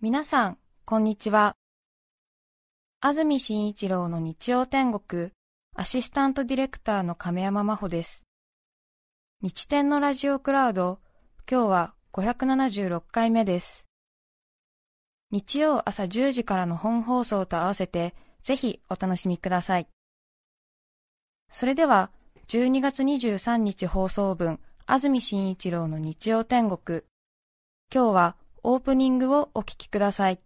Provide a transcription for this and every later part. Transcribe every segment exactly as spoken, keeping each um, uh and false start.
皆さん、こんにちは。安住紳一郎の日曜天国、アシスタントディレクターの亀山真帆です。日天のラジオクラウド、今日はごひゃくななじゅうろっかいめです。日曜朝じゅうじからの本放送と合わせて、ぜひお楽しみください。それでは、じゅうにがつにじゅうさんにち放送分、安住紳一郎の日曜天国。今日はオープニングをお聞きください。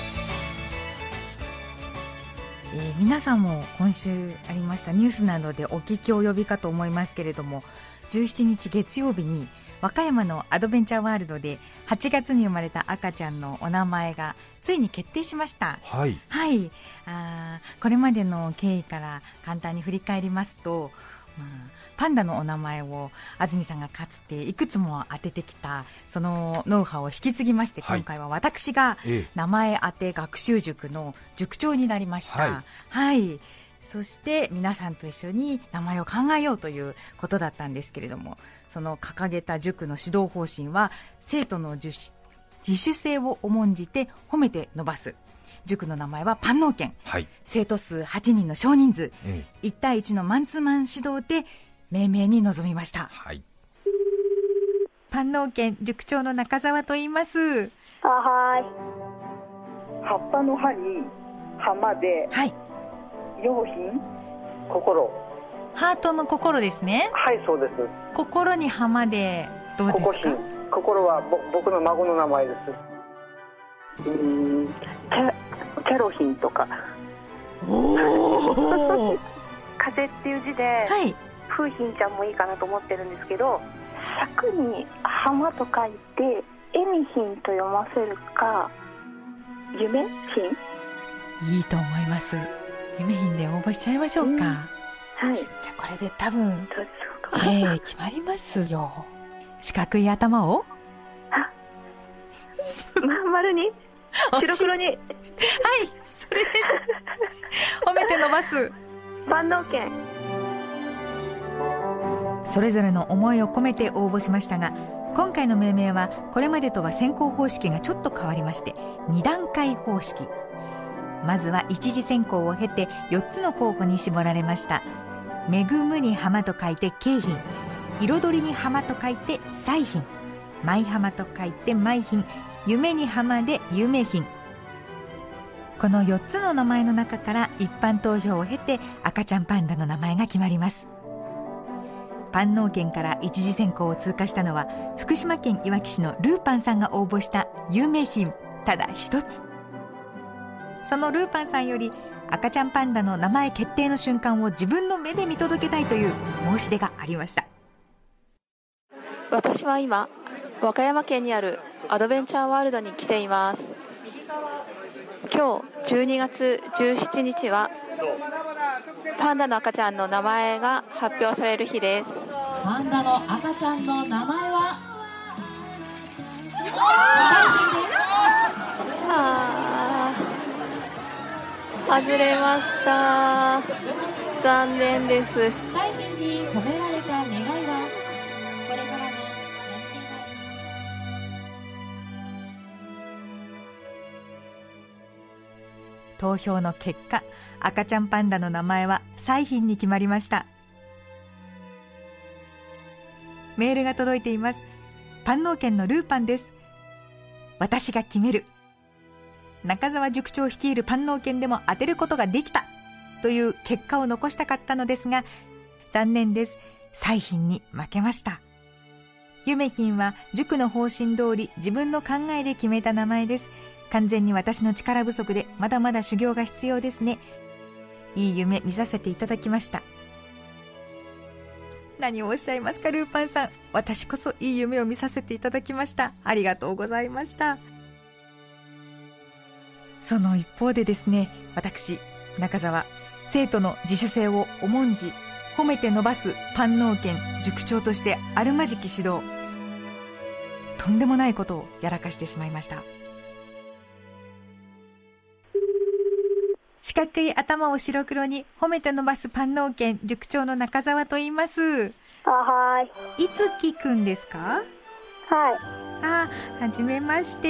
えー、皆さんも今週ありましたニュースなどでお聞き及びかと思いますけれども、じゅうしちにち月曜日に和歌山のアドベンチャーワールドではちがつに生まれた赤ちゃんのお名前がついに決定しました。 はい、 はい、あこれまでの経緯から簡単に振り返りますと、まあ、パンダのお名前を安住さんがかつていくつも当ててきたそのノウハウを引き継ぎまして、はい、今回は私が名前当て学習塾の塾長になりました。はい、はい、そして皆さんと一緒に名前を考えようということだったんですけれども、その掲げた塾の指導方針は生徒の自主性を重んじて褒めて伸ばす。塾の名前は万能研、はい、生徒数はちにんの少人数、ええ、いち対いちのマンツーマン指導で命名に臨みました。はい、万能研塾長の中澤と言います。 あ、はい。葉っぱの葉に浜で、はい、用品心、 ハートの心ですね。 はい、そうです。 心に浜でどうですか？ 心、心はぼ僕の孫の名前です。うーん、キャキャロヒンとか。 お風っていう字で、はい、風浜ちゃんもいいかなと思ってるんですけど、尺に浜と書いてえみひんと読ませるか、夢ひん。 いいと思います。夢ひんで応募しちゃいましょうか。うん、はい。じゃあこれで多分、えー、決まりますよ。四角い頭をあ、まん丸に白黒に。はい、 それです褒めて伸ばす万能研。 それぞれの思いを込めて応募しましたが、今回の命名はこれまでとは選考方式がちょっと変わりまして、にだんかい方式。まずは一次選考を経てよっつの候補に絞られました。恵むに浜と書いて景品、彩りに浜と書いて彩品、舞浜と書いて舞品、夢に浜で夢品。このよっつの名前の中から一般投票を経て赤ちゃんパンダの名前が決まります。万能県から一次選考を通過したのは福島県いわき市のルーパンさんが応募した夢品ただ一つ。そのルーパンさんより赤ちゃんパンダの名前決定の瞬間を自分の目で見届けたいという申し出がありました。 私は今和歌山県にあるアドベンチャーワールドに来ています。今日じゅうにがつじゅうしちにちはパンダの赤ちゃんの名前が発表される日です。 パンダの赤ちゃんの名前はあー、外れました。残念です。 大変に込められた願いはこれからの投票の結果、赤ちゃんパンダの名前は彩浜に決まりました。メールが届いています。パン農研のルーパンです。私が決める。中澤塾長率いるパン農研でも当てることができたという結果を残したかったのですが、残念です。彩浜に負けました。夢品は塾の方針通り自分の考えで決めた名前です。完全に私の力不足でまだまだ修行が必要ですね。いい夢見させていただきました。何をおっしゃいますか、ルーパンさん。私こそいい夢を見させていただきました。ありがとうございました。その一方でですね、私中澤、生徒の自主性を重んじ褒めて伸ばす万能研塾長としてあるまじき指導、とんでもないことをやらかしてしまいました。四角い頭を白黒に褒めて伸ばす万能研塾長の中澤と言います。 あ、はい。 いつきくんですか？ はい。 あ、はじめまして。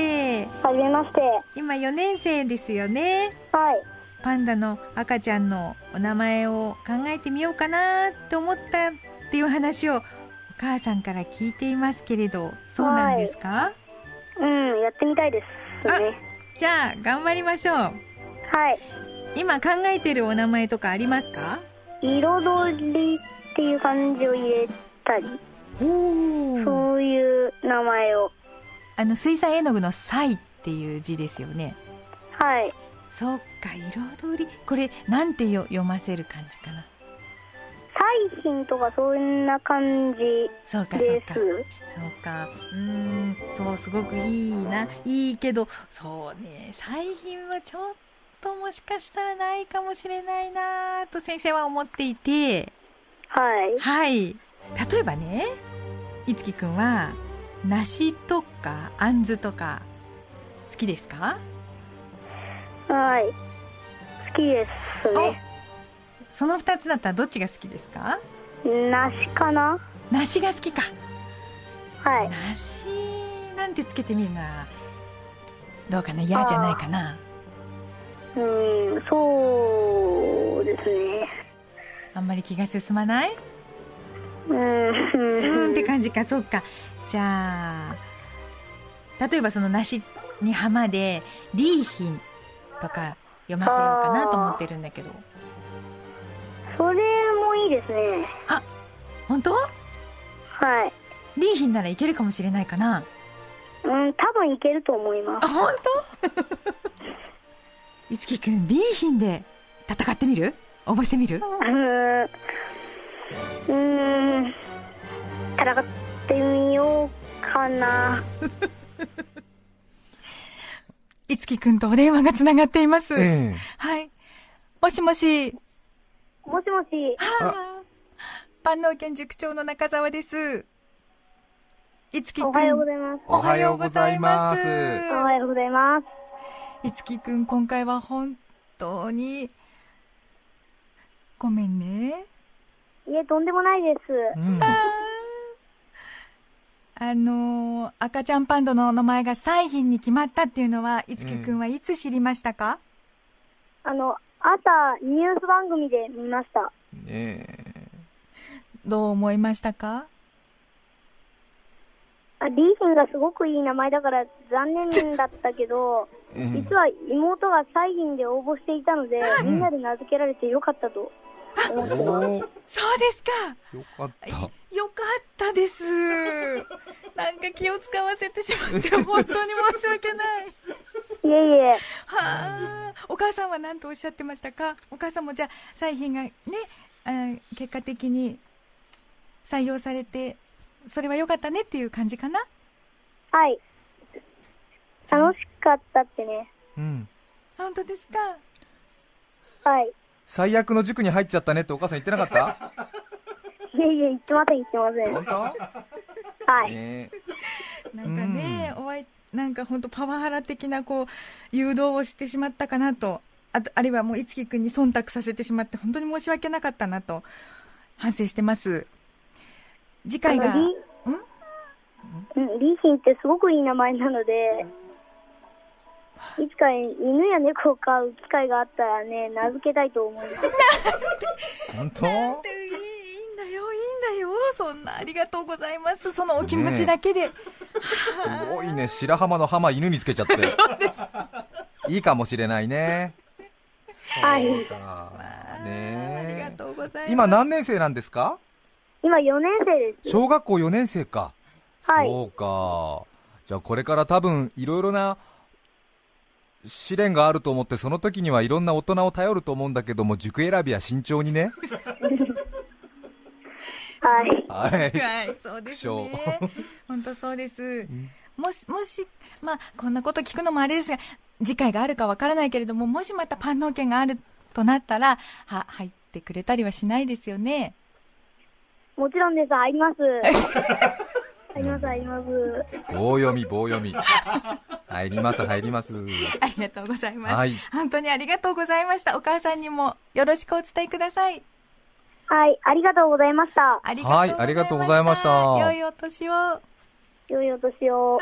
はじめまして。 今よねん生ですよね。 はい。 パンダの赤ちゃんのお名前を考えてみようかなって思ったっていう話をお母さんから聞いていますけれど、そうなんですか？はい、 うん、やってみたいですね。 じゃあ頑張りましょう。 はい。 今考えてるお名前とかありますか？ 彩りっていう漢字を入れたり、おそういう名前を。 あの水彩絵の具の彩っていう字ですよね。 はい。 そっか、彩り、これなんてよ読ませる感じかな。 彩浜とかそんな感じです。 そうかそうかそうか、うーん、そうすごくいいな、いいけど、そうね、彩浜はちょっともしかしたらないかもしれないなと先生は思っていて、 はいはい。例えばね、いつきくんは梨とかあんずとか好きですか？ はい、好きですね。 そのふたつだったらどっちが好きですか？ 梨かな。 梨が好きか。 はい。 梨なんてつけてみるのはどうかな、嫌じゃないかな。 うーん、そうですね。 あんまり気が進まない？ うーん、うーんって感じか。そうか。じゃあ例えばその梨に浜でリーヒンとか読ませようかなと思ってるんだけど。 それもいいですね。 あ、本当？ はい。 リーヒンならいけるかもしれないかな。 うん、多分いけると思います。 あ、本当？いつきくん、リーヒンで戦ってみる？応募してみる？ うーん、うーん、戦ってみようかな。 いつきくんとお電話がつながっています。 ええ、 はい。もしもし。 もしもし。 はあ、万能県塾長の中澤です。いつきくん。 おはようございます。 おはようございます。 おはようございます。 いつきくん、今回は本当にごめんね。 いえ、とんでもないです。 うん、 あ, あのー、赤ちゃんパンダの名前が彩浜に決まったっていうのは、いつきくんはいつ知りましたか？ あの、朝ニュース番組で見ました。 ねえ、 どう思いましたか？ あ、リーヒンがすごくいい名前だから残念だったけど、実は妹が彩浜で応募していたので、みんなで名付けられてよかったと思ってます。 そうですか。 よかった。 よかったです。なんか気を使わせてしまって本当に申し訳ない。 いえいえ。 はあ、お母さんは何とおっしゃってましたか？お母さんもじゃあ彩浜がね、あ、結果的に採用されてそれは良かったねっていう感じかな？ はい。楽しかったってね。 うん。 本当ですか？ はい。 最悪の塾に入っちゃったねってお母さん言ってなかった？ いえいえ、言ってません、言ってません。 本当？ はい。 えー、なんかね、うん、お会いなんか本当パワハラ的なこう誘導をしてしまったかなと、あとあるいはもういつきくんに忖度させてしまって本当に申し訳なかったなと反省してます。次回が、 リーヒンってすごくいい名前なので、いつか犬や猫を飼う機会があったらね、名付けたいと思います。 本当？ なんていいんだよ、いいんだよ。そんなありがとうございます。そのお気持ちだけで。ね、 すごいね、白浜の浜犬につけちゃって。 そうです。 いいかもしれないね。 はい。 そうか、まあ、ね、 ありがとうございます。 今何年生なんですか？ 今よねん生です。 小学校よねん生か。 はい。 そうか。じゃあこれから多分いろいろな試練があると思って、その時にはいろんな大人を頼ると思うんだけども、塾選びは慎重にね。 はい。 はい。 はい、そうですね。本当そうです。もし、もし、まあ、こんなこと聞くのもあれですが、次回があるかわからないけれども、もしまたパン農研があるとなったら、は、入ってくれたりはしないですよね。 もちろんです、入ります。入ります、入ります。 棒読み、棒読み。入ります、入ります。 ありがとうございます。 はい。 本当にありがとうございました。お母さんにもよろしくお伝えください。 はい、ありがとうございました。 はい、ありがとうございました。 良いお年を。 良いお年を。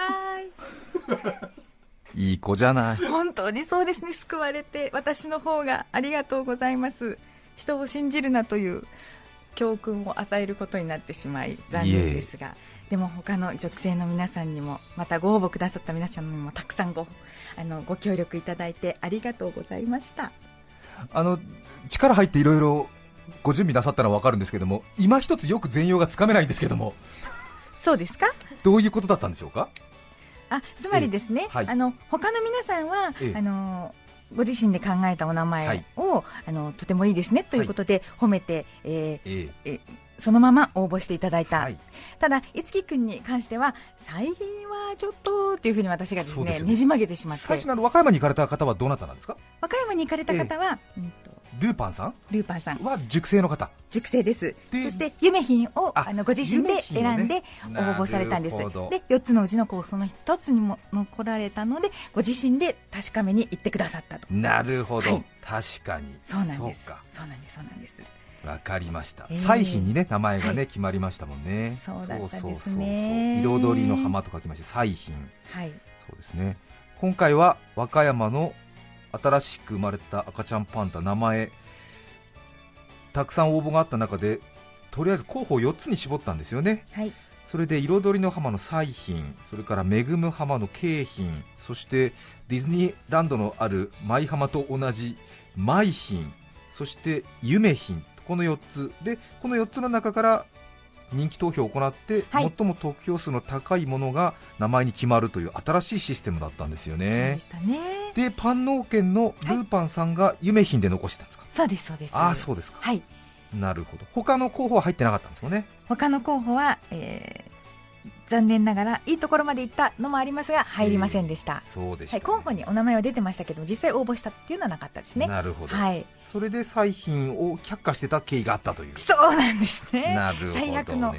はいいい子じゃない。 本当にそうですね。救われて私の方がありがとうございます。人を信じるなという教訓を与えることになってしまい残念ですが、でも他の女性の皆さんにも、またご応募くださった皆さんにもたくさん ご, あのご協力いただいてありがとうございました。 あの力入っていろいろご準備なさったのは分かるんですけども、今一つよく全容がつかめないんですけども。 そうですか。 どういうことだったんでしょうか。 あ、つまりですね、はい、あの他の皆さんは、あのご自身で考えたお名前を、はい、あのとてもいいですねということで、はい、褒めて、えーえー、そのまま応募していただいた、はい、ただいつきくんに関しては再現はちょっとというふうに私がですね、ねじ曲げてしまって。 最初の和歌山に行かれた方はどなたなんですか。 和歌山に行かれた方は、えーうんとルーパンさんルーパンさんは熟成の方。 熟成です。そしてゆめひんをあのご自身で選んで応募されたんです、ね、でよっつのうちの候補のひとつにも残られたので、ご自身で確かめに行ってくださったと。 なるほど、はい、確かにそうなんです。そうなんですそうなんです。 わかりました。彩浜にね名前がね、はい、決まりましたもんね。 そうだったですね。 彩りの浜と書きまして彩浜。 はい。 そうですね。今回は和歌山の新しく生まれた赤ちゃんパンダ、名前たくさん応募があった中でとりあえず候補をよっつに絞ったんですよね。 はい。 それで彩りの浜の彩浜、それから恵む浜の京浜、そしてディズニーランドのある舞浜と同じ舞浜、そして夢浜、このよっつで、このよっつの中から人気投票を行って、はい、最も得票数の高いものが名前に決まるという新しいシステムだったんですよね。 そうでしたね。 でパン農研のルーパンさんが夢浜で残してたんですか。 そうですそうです。 ああそうですか。 はい。 なるほど。他の候補は入ってなかったんですよね。 他の候補は、えー、残念ながらいいところまで行ったのもありますが入りませんでした。 えー、そうでした、ね。 はい、候補にお名前は出てましたけど実際応募したっていうのはなかったですね。 なるほど。 はい。 それで彩浜を却下してた経緯があったという。 そうなんですね。 なるほどね。 最悪の、はい、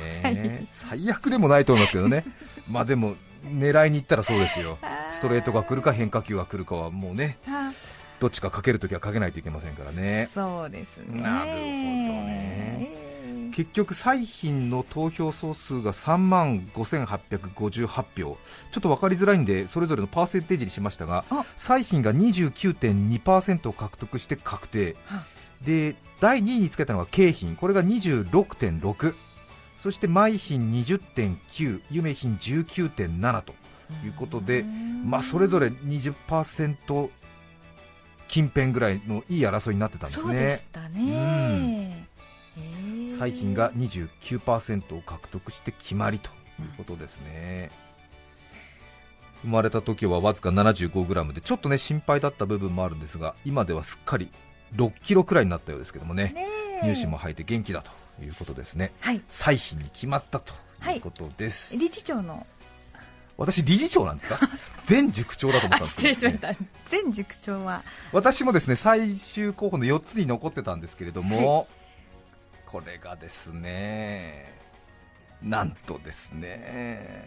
最悪でもないと思いますけどね。まあでも狙いに行ったらそうですよ。ストレートが来るか変化球が来るかはもうね、どっちかかけるときはかけないといけませんからね。 そうですね。 なるほどね。結局彩浜の投票総数がさんまんごせんはっぴゃくごじゅうはちひょう、ちょっと分かりづらいんでそれぞれのパーセンテージにしましたが、彩浜が にじゅうきゅうてんにパーセント を獲得して確定で、だいにいにつけたのが京浜、これが にじゅうろくてんろく、そして舞浜 にじゅってんきゅう、夢浜 じゅうきゅうてんなな ということで、まあ、それぞれ にじゅっパーセント 近辺ぐらいのいい争いになってたんですね。 そうでしたね。 彩浜が にじゅうきゅうパーセント を獲得して決まりということですね。生まれた時はわずか ななじゅうごグラム でちょっとね心配だった部分もあるんですが、今ではすっかりろっキロくらいになったようですけどもね、ね乳歯も生えて元気だということですね。 はい、 彩浜に決まったということです。 はい、理事長の私理事長なんですか前塾長だと思ったんですけど、ね、 失礼しました。前塾長は私もですね最終候補のよっつに残ってたんですけれども、はい、これがですね、なんとですね、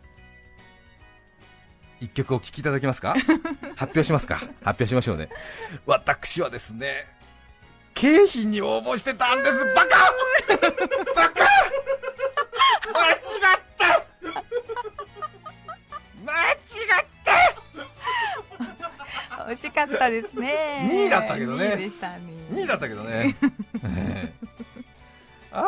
一曲お聴きいただけますか発表しますか発表しましょうね。私はですね京浜に応募してたんです。バカバカ間違った間違った惜しかったですね。 にいだったけどね。 にいでしたね。 にいだったけどねあー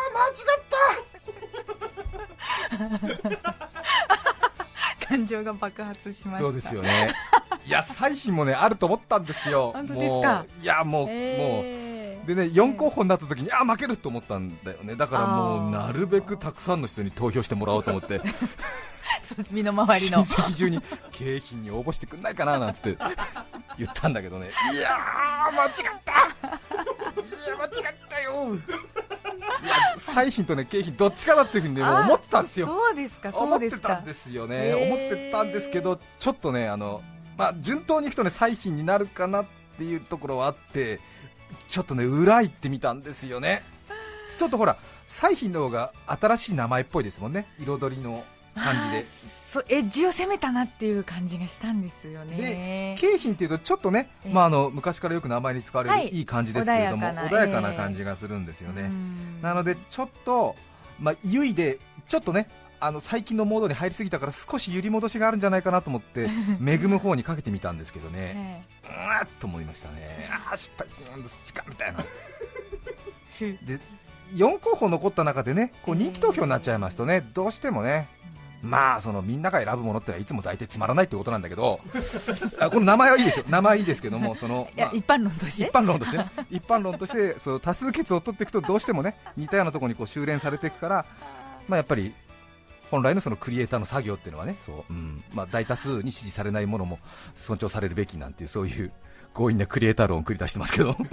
間違った感情が爆発しました。 そうですよね。いや彩浜もねあると思ったんですよ。 本当ですか。 いやもう、えー、もうでねよん候補になった時に、えー、あ負けると思ったんだよね。だからもうなるべくたくさんの人に投票してもらおうと思って身の回りの親戚中に京浜に応募してくんないかななんつって言ったんだけどね、いやー間違ったいや間違ったよいや彩浜とね京浜どっちかだっていうふうに、ね、もう思ってたんですよ。 そうですかそうですか。 思ってたんですよね、思ってたんですけど、ちょっとねあの、まあ、順当にいくとね彩浜になるかなっていうところはあって、ちょっとね裏行ってみたんですよね。ちょっとほら彩浜の方が新しい名前っぽいですもんね、彩りの感じで。 そうエッジを攻めたなっていう感じがしたんですよね。 で京浜っていうとちょっとね、えーまあ、あの昔からよく名前に使われる、はい、いい感じですけれども、穏やかな、穏やかな感じがするんですよね、えー、なのでちょっと、まあ、ゆいでちょっとねあの最近のモードに入りすぎたから少し揺り戻しがあるんじゃないかなと思って恵む方にかけてみたんですけどね、うーっと思いましたね。あー失敗、なんだそっちかみたいなでよん候補残った中でね、こう人気投票になっちゃいますとね、どうしてもね、まあそのみんなが選ぶものってのはいつも大体つまらないってことなんだけどあこの名前はいいですよ、名前いいですけども、その、 まあ、一般論として一般論としてね一般論としてその多数決を取っていくとどうしてもね似たようなところにこう修練されていくから、まあ、やっぱり本来のそのクリエイターの作業っていうのはね、そう、うんまあ、大多数に支持されないものも尊重されるべきなんていう、そういう強引なクリエイター論を繰り出してますけどう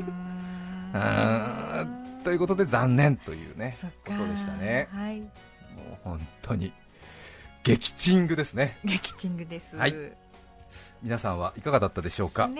ーんということで残念というねことでしたね、はい、もう本当に激チングですね。 激チングです、 はい、皆さんはいかがだったでしょうか、 ね、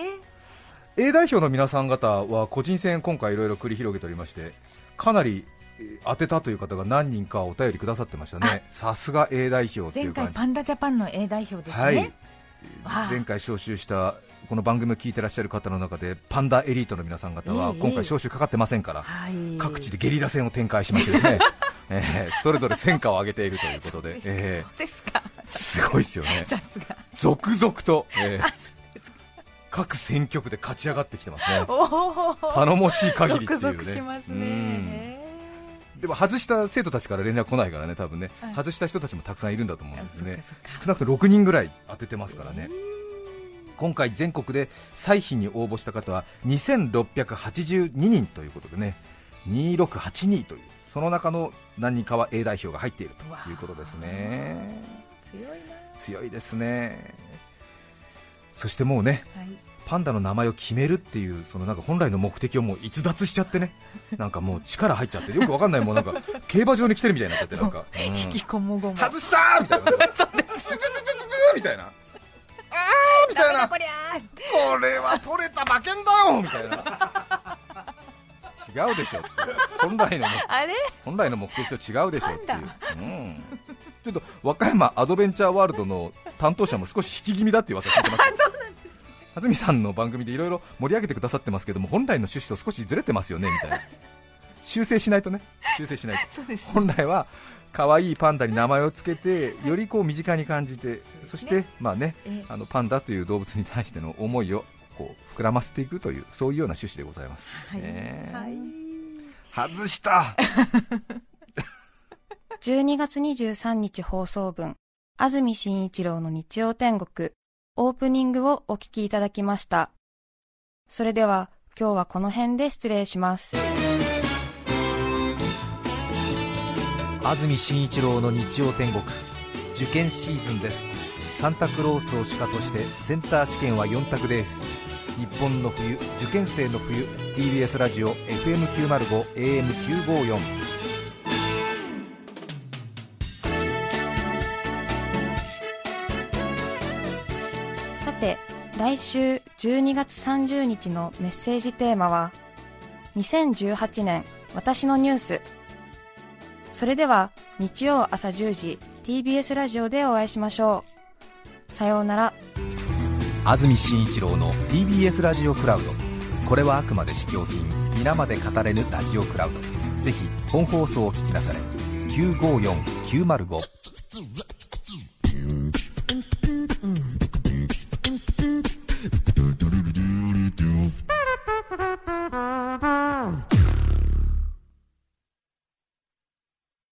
A 代表の皆さん方は個人戦今回いろいろ繰り広げておりまして、かなり当てたという方が何人かお便りくださってましたね。さすが A 代表っていう感じ。 前回パンダジャパンの A 代表ですね、 はい、前回招集したこの番組を聞いてらっしゃる方の中でパンダエリートの皆さん方は今回招集かかってませんから、えー、各地でゲリラ戦を展開しましてですねえー、それぞれ戦果を上げているということで、えー、 ですかすごいですよね。 さすが続々と、えー、各選挙区で勝ち上がってきてますね。頼もしい限りっていうね。 続々しますね。 でも外した生徒たちから連絡来ないからね、多分ね、はい、外した人たちもたくさんいるんだと思うんですね。少なくともろくにんぐらい当ててますからね。今回全国で歳費に応募した方はにせんろっぴゃくはちじゅうににんということでね、にせんろっぴゃくはちじゅうにという、その中の何人かは A 代表が入っているということですね。 強いな、 強いですね。そしてもうね、はい、パンダの名前を決めるっていうそのなんか本来の目的をもう逸脱しちゃってね、なんかもう力入っちゃってよくわかんない、もうなんか競馬場に来てるみたいになっちゃって、なんか、うん、 引きこもごも外したーみたいなそうですみたいな、あーみたいな、これは取れた馬券だよみたいな違うでしょって、本来のあれ本来の目的と違うでしょっていう、うん、ちょっと和歌山アドベンチャーワールドの担当者も少し引き気味だっていう噂聞いてますよ安住さんの番組でいろいろ盛り上げてくださってますけども、本来の趣旨と少しずれてますよねみたいな修正しないとね、修正しないとそうです、ね、本来は可愛いパンダに名前をつけてよりこう身近に感じて、そしてまあね、あのパンダという動物に対しての思いをこう膨らませていくという、そういうような趣旨でございます、はいえーはい、外したじゅうにがつにじゅうさんにち放送分、安住紳一郎の日曜天国オープニングをお聞きいただきました。それでは今日はこの辺で失礼します。 安住紳一郎の日曜天国、受験シーズンです。サンタクロースをシカとしてセンター試験はよん択です。日本の冬、受験生の冬、 ティービーエス ラジオ エフエムきゅうまるご エーエムきゅうごよん。 さて来週じゅうにがつさんじゅうにちのメッセージテーマはにせんじゅうはちねん私のニュース。それでは日曜朝じゅうじ ティービーエス ラジオでお会いしましょう。さようなら。 安住紳一郎の ティービーエス ラジオクラウド、これはあくまで試供品、皆まで語れぬラジオクラウド。ぜひ本放送を聞きなされ。きゅうごよん きゅうまるご